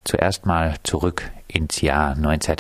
zuerst mal zurück ins Jahr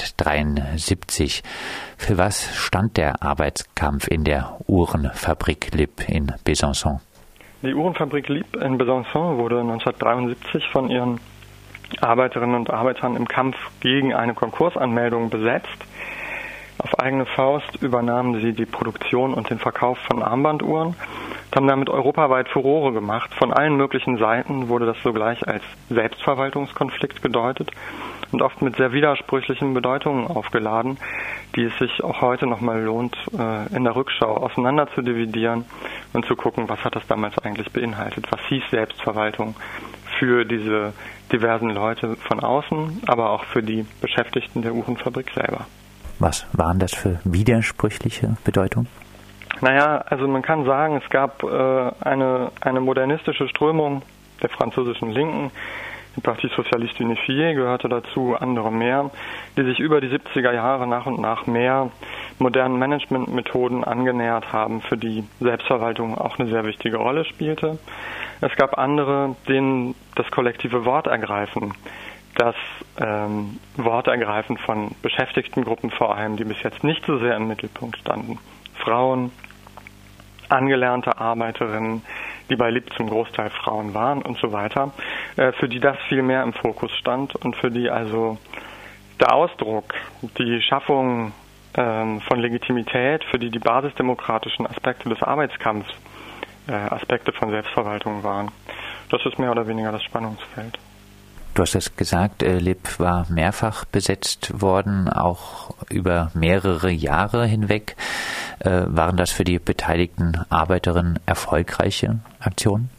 1973. Für was stand der Arbeitskampf in der Uhrenfabrik Lipp in Besançon? Die Uhrenfabrik Lipp in Besançon wurde 1973 von ihren Arbeiterinnen und Arbeitern im Kampf gegen eine Konkursanmeldung besetzt. Auf eigene Faust übernahmen sie die Produktion und den Verkauf von Armbanduhren und haben damit europaweit Furore gemacht. Von allen möglichen Seiten wurde das sogleich als Selbstverwaltungskonflikt gedeutet und oft mit sehr widersprüchlichen Bedeutungen aufgeladen, die es sich auch heute nochmal lohnt, in der Rückschau auseinander zu dividieren und zu gucken, was hat das damals eigentlich beinhaltet, was hieß Selbstverwaltung für diese diversen Leute von außen, aber auch für die Beschäftigten der Uhrenfabrik selber. Was waren das für widersprüchliche Bedeutungen? Naja, also man kann sagen, es gab eine modernistische Strömung der französischen Linken, die Parti Socialiste Unifié gehörte dazu, andere mehr, die sich über die 70er Jahre nach und nach mehr modernen Managementmethoden angenähert haben, für die Selbstverwaltung auch eine sehr wichtige Rolle spielte. Es gab andere, denen das kollektive Wortergreifen, das Wortergreifen von Beschäftigtengruppen vor allem, die bis jetzt nicht so sehr im Mittelpunkt standen, Frauen, angelernte Arbeiterinnen, die bei Lipp zum Großteil Frauen waren und so weiter, für die das viel mehr im Fokus stand und für die also der Ausdruck, die Schaffung von Legitimität, für die die basisdemokratischen Aspekte des Arbeitskampfs Aspekte von Selbstverwaltung waren. Das ist mehr oder weniger das Spannungsfeld. Du hast es gesagt, Lipp war mehrfach besetzt worden, auch über mehrere Jahre hinweg. Waren das für die beteiligten Arbeiterinnen erfolgreiche Aktionen?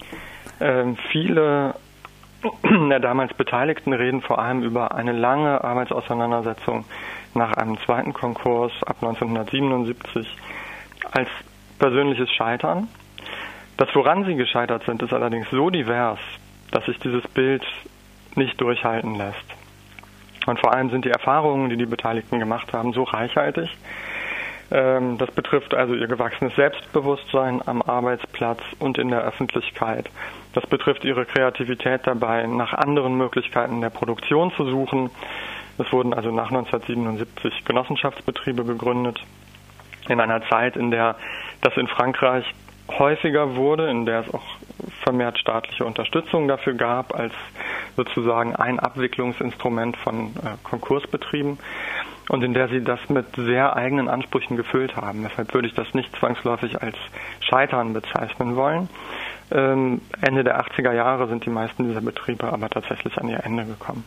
Viele der damals Beteiligten reden vor allem über eine lange Arbeitsauseinandersetzung nach einem zweiten Konkurs ab 1977 als persönliches Scheitern. Das, woran sie gescheitert sind, ist allerdings so divers, dass sich dieses Bild nicht durchhalten lässt. Und vor allem sind die Erfahrungen, die die Beteiligten gemacht haben, so reichhaltig. Das betrifft also ihr gewachsenes Selbstbewusstsein am Arbeitsplatz und in der Öffentlichkeit. Das betrifft ihre Kreativität dabei, nach anderen Möglichkeiten der Produktion zu suchen. Es wurden also nach 1977 Genossenschaftsbetriebe gegründet, in einer Zeit, in der das in Frankreich häufiger wurde, in der es auch vermehrt staatliche Unterstützung dafür gab, als sozusagen ein Abwicklungsinstrument von Konkursbetrieben und in der sie das mit sehr eigenen Ansprüchen gefüllt haben. Deshalb würde ich das nicht zwangsläufig als Scheitern bezeichnen wollen. Ende der 80er Jahre sind die meisten dieser Betriebe aber tatsächlich an ihr Ende gekommen.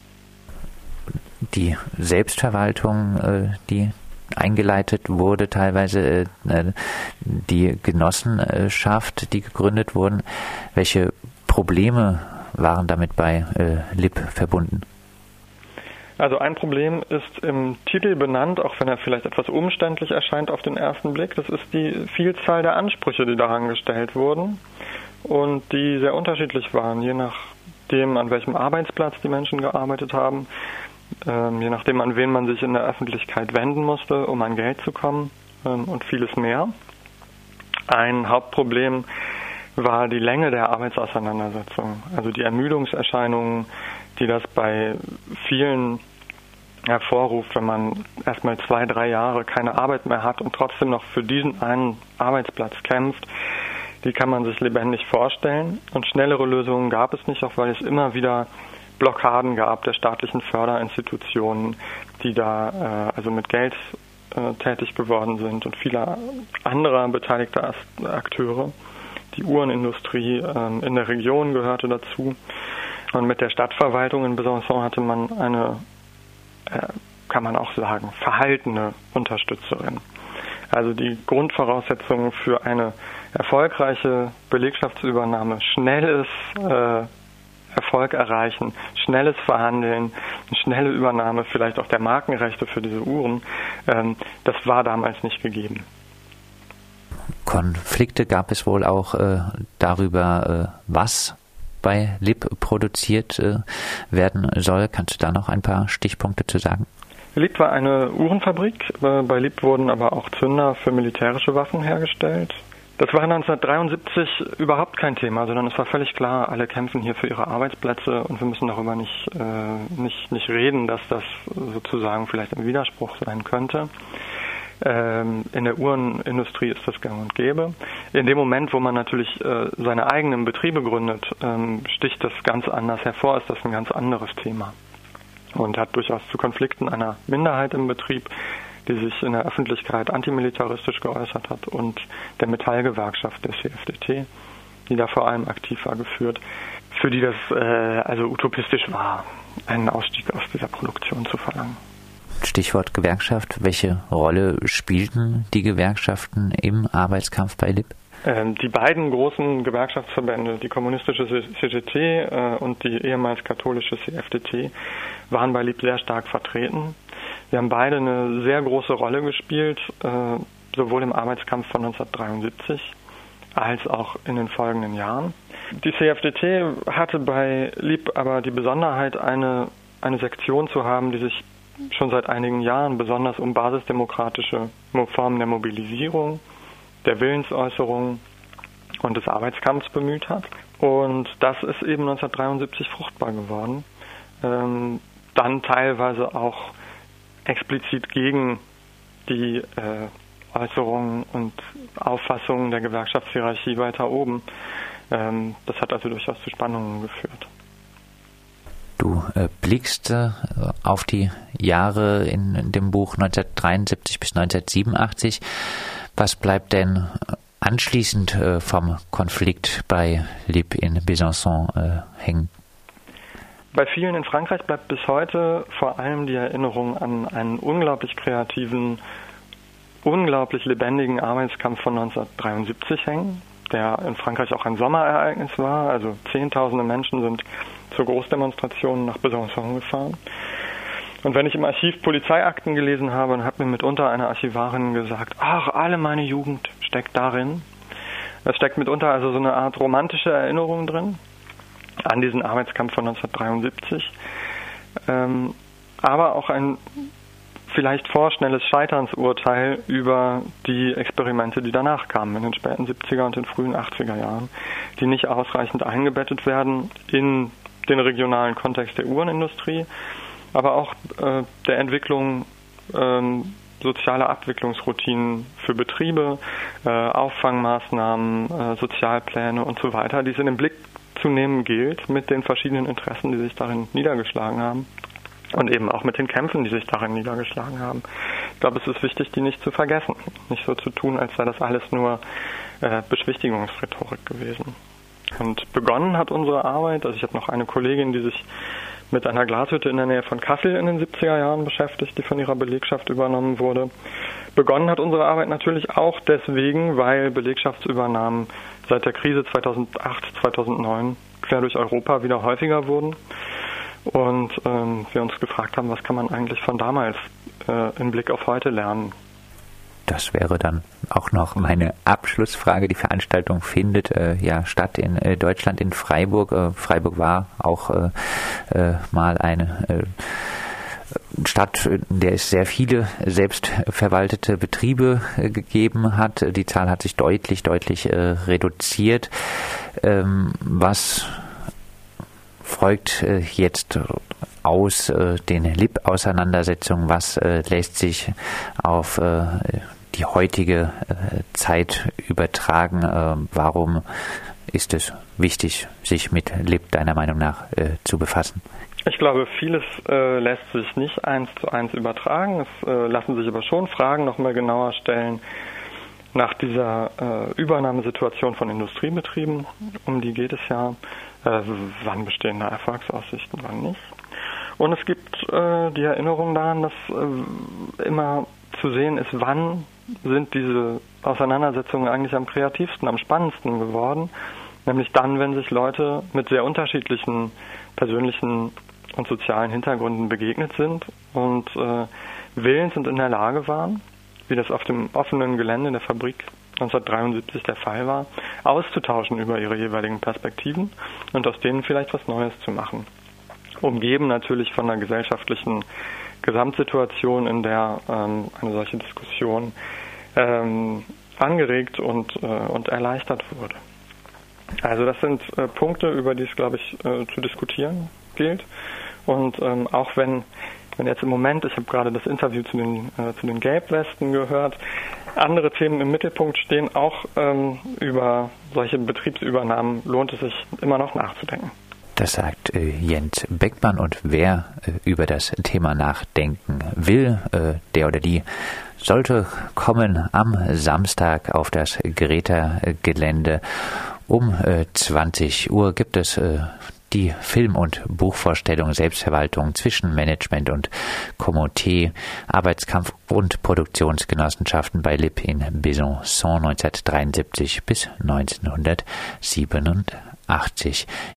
Die Selbstverwaltung, die eingeleitet wurde, teilweise die Genossenschaft, die gegründet wurden. Welche Probleme waren damit bei Lipp verbunden? Also ein Problem ist im Titel benannt, auch wenn er vielleicht etwas umständlich erscheint auf den ersten Blick. Das ist die Vielzahl der Ansprüche, die daran gestellt wurden und die sehr unterschiedlich waren, je nachdem, an welchem Arbeitsplatz die Menschen gearbeitet haben, je nachdem, an wen man sich in der Öffentlichkeit wenden musste, um an Geld zu kommen und vieles mehr. Ein Hauptproblem war die Länge der Arbeitsauseinandersetzung, also die Ermüdungserscheinungen, die das bei vielen hervorruft, wenn man erstmal 2-3 Jahre keine Arbeit mehr hat und trotzdem noch für diesen einen Arbeitsplatz kämpft. Die kann man sich lebendig vorstellen. Und schnellere Lösungen gab es nicht, auch weil es immer wieder Blockaden gab der staatlichen Förderinstitutionen, die da also mit Geld tätig geworden sind und vieler anderer beteiligter Akteure. Die Uhrenindustrie in der Region gehörte dazu. Und mit der Stadtverwaltung in Besançon hatte man eine, kann man auch sagen, verhaltene Unterstützerin. Also die Grundvoraussetzungen für eine erfolgreiche Belegschaftsübernahme, schnelles Erfolg erreichen, schnelles Verhandeln, eine schnelle Übernahme vielleicht auch der Markenrechte für diese Uhren, das war damals nicht gegeben. Konflikte gab es wohl auch darüber, was bei Lipp produziert werden soll. Kannst du da noch ein paar Stichpunkte zu sagen? Lipp war eine Uhrenfabrik. Bei Lipp wurden aber auch Zünder für militärische Waffen hergestellt. Das war 1973 überhaupt kein Thema, sondern es war völlig klar, alle kämpfen hier für ihre Arbeitsplätze und wir müssen darüber nicht reden, dass das sozusagen vielleicht im Widerspruch sein könnte. In der Uhrenindustrie ist das gang und gäbe. In dem Moment, wo man natürlich seine eigenen Betriebe gründet, sticht das ganz anders hervor, ist das ein ganz anderes Thema und hat durchaus zu Konflikten einer Minderheit im Betrieb, die sich in der Öffentlichkeit antimilitaristisch geäußert hat, und der Metallgewerkschaft, der CFDT, die da vor allem aktiv war, geführt, für die das also utopistisch war, einen Ausstieg aus dieser Produktion zu verlangen. Stichwort Gewerkschaft. Welche Rolle spielten die Gewerkschaften im Arbeitskampf bei LIP? Die beiden großen Gewerkschaftsverbände, die kommunistische CGT und die ehemals katholische CFDT, waren bei LIP sehr stark vertreten. Wir haben beide eine sehr große Rolle gespielt, sowohl im Arbeitskampf von 1973 als auch in den folgenden Jahren. Die CFDT hatte bei LIP aber die Besonderheit, eine Sektion zu haben, die sich schon seit einigen Jahren besonders um basisdemokratische Formen der Mobilisierung, der Willensäußerung und des Arbeitskampfs bemüht hat. Und das ist eben 1973 fruchtbar geworden. Dann teilweise auch explizit gegen die Äußerungen und Auffassungen der Gewerkschaftshierarchie weiter oben. Das hat also durchaus zu Spannungen geführt. Du blickst auf die Jahre in dem Buch 1973 bis 1987. Was bleibt denn anschließend vom Konflikt bei LIP in Besançon hängen? Bei vielen in Frankreich bleibt bis heute vor allem die Erinnerung an einen unglaublich kreativen, unglaublich lebendigen Arbeitskampf von 1973 hängen, der in Frankreich auch ein Sommerereignis war. Also Zehntausende Menschen sind zur Großdemonstration nach Besançon gefahren. Und wenn ich im Archiv Polizeiakten gelesen habe, dann hat mir mitunter eine Archivarin gesagt, ach, alle meine Jugend steckt darin. Es steckt mitunter also so eine Art romantische Erinnerung drin an diesen Arbeitskampf von 1973, aber auch ein vielleicht vorschnelles Scheiternsurteil über die Experimente, die danach kamen, in den späten 70er und den frühen 80er Jahren, die nicht ausreichend eingebettet werden in den regionalen Kontext der Uhrenindustrie, aber auch der Entwicklung sozialer Abwicklungsroutinen für Betriebe, Auffangmaßnahmen, Sozialpläne und so weiter, die es in den Blick zu nehmen gilt mit den verschiedenen Interessen, die sich darin niedergeschlagen haben und eben auch mit den Kämpfen, die sich darin niedergeschlagen haben. Ich glaube, es ist wichtig, die nicht zu vergessen, nicht so zu tun, als sei das alles nur Beschwichtigungsrhetorik gewesen. Und begonnen hat unsere Arbeit, also ich habe noch eine Kollegin, die sich mit einer Glashütte in der Nähe von Kassel in den 70er Jahren beschäftigt, die von ihrer Belegschaft übernommen wurde. Begonnen hat unsere Arbeit natürlich auch deswegen, weil Belegschaftsübernahmen seit der Krise 2008, 2009 quer durch Europa wieder häufiger wurden. Und wir uns gefragt haben, was kann man eigentlich von damals im Blick auf heute lernen. Das wäre dann auch noch meine Abschlussfrage. Die Veranstaltung findet statt in Deutschland, in Freiburg. Freiburg war auch mal eine Stadt, in der es sehr viele selbstverwaltete Betriebe gegeben hat. Die Zahl hat sich deutlich reduziert. Was folgt jetzt aus den LIP-Auseinandersetzungen? Was lässt sich auf die heutige Zeit übertragen? Warum ist es wichtig, sich mit LIP deiner Meinung nach zu befassen? Ich glaube, vieles lässt sich nicht 1:1 übertragen. Es lassen sich aber schon Fragen nochmal genauer stellen nach dieser Übernahmesituation von Industriebetrieben. Um die geht es ja. Wann bestehen da Erfolgsaussichten, wann nicht. Und es gibt die Erinnerung daran, dass immer zu sehen ist, wann sind diese Auseinandersetzungen eigentlich am kreativsten, am spannendsten geworden. Nämlich dann, wenn sich Leute mit sehr unterschiedlichen persönlichen und sozialen Hintergründen begegnet sind und willens und in der Lage waren, wie das auf dem offenen Gelände der Fabrik 1973 der Fall war, auszutauschen über ihre jeweiligen Perspektiven und aus denen vielleicht was Neues zu machen. Umgeben natürlich von einer gesellschaftlichen Gesamtsituation, in der eine solche Diskussion angeregt und erleichtert wurde. Also das sind Punkte, über die es, glaube ich, zu diskutieren gilt. Und auch wenn jetzt im Moment, ich habe gerade das Interview zu den Gelbwesten gehört, andere Themen im Mittelpunkt stehen, auch über solche Betriebsübernahmen lohnt es sich immer noch nachzudenken. Das sagt Jens Beckmann, und wer über das Thema nachdenken will, der oder die sollte kommen am Samstag auf das Greta-Gelände. Um 20 Uhr gibt es die Film- und Buchvorstellung Selbstverwaltung zwischen Management und Komitee, Arbeitskampf und Produktionsgenossenschaften bei LIP in Besançon 1973 bis 1987.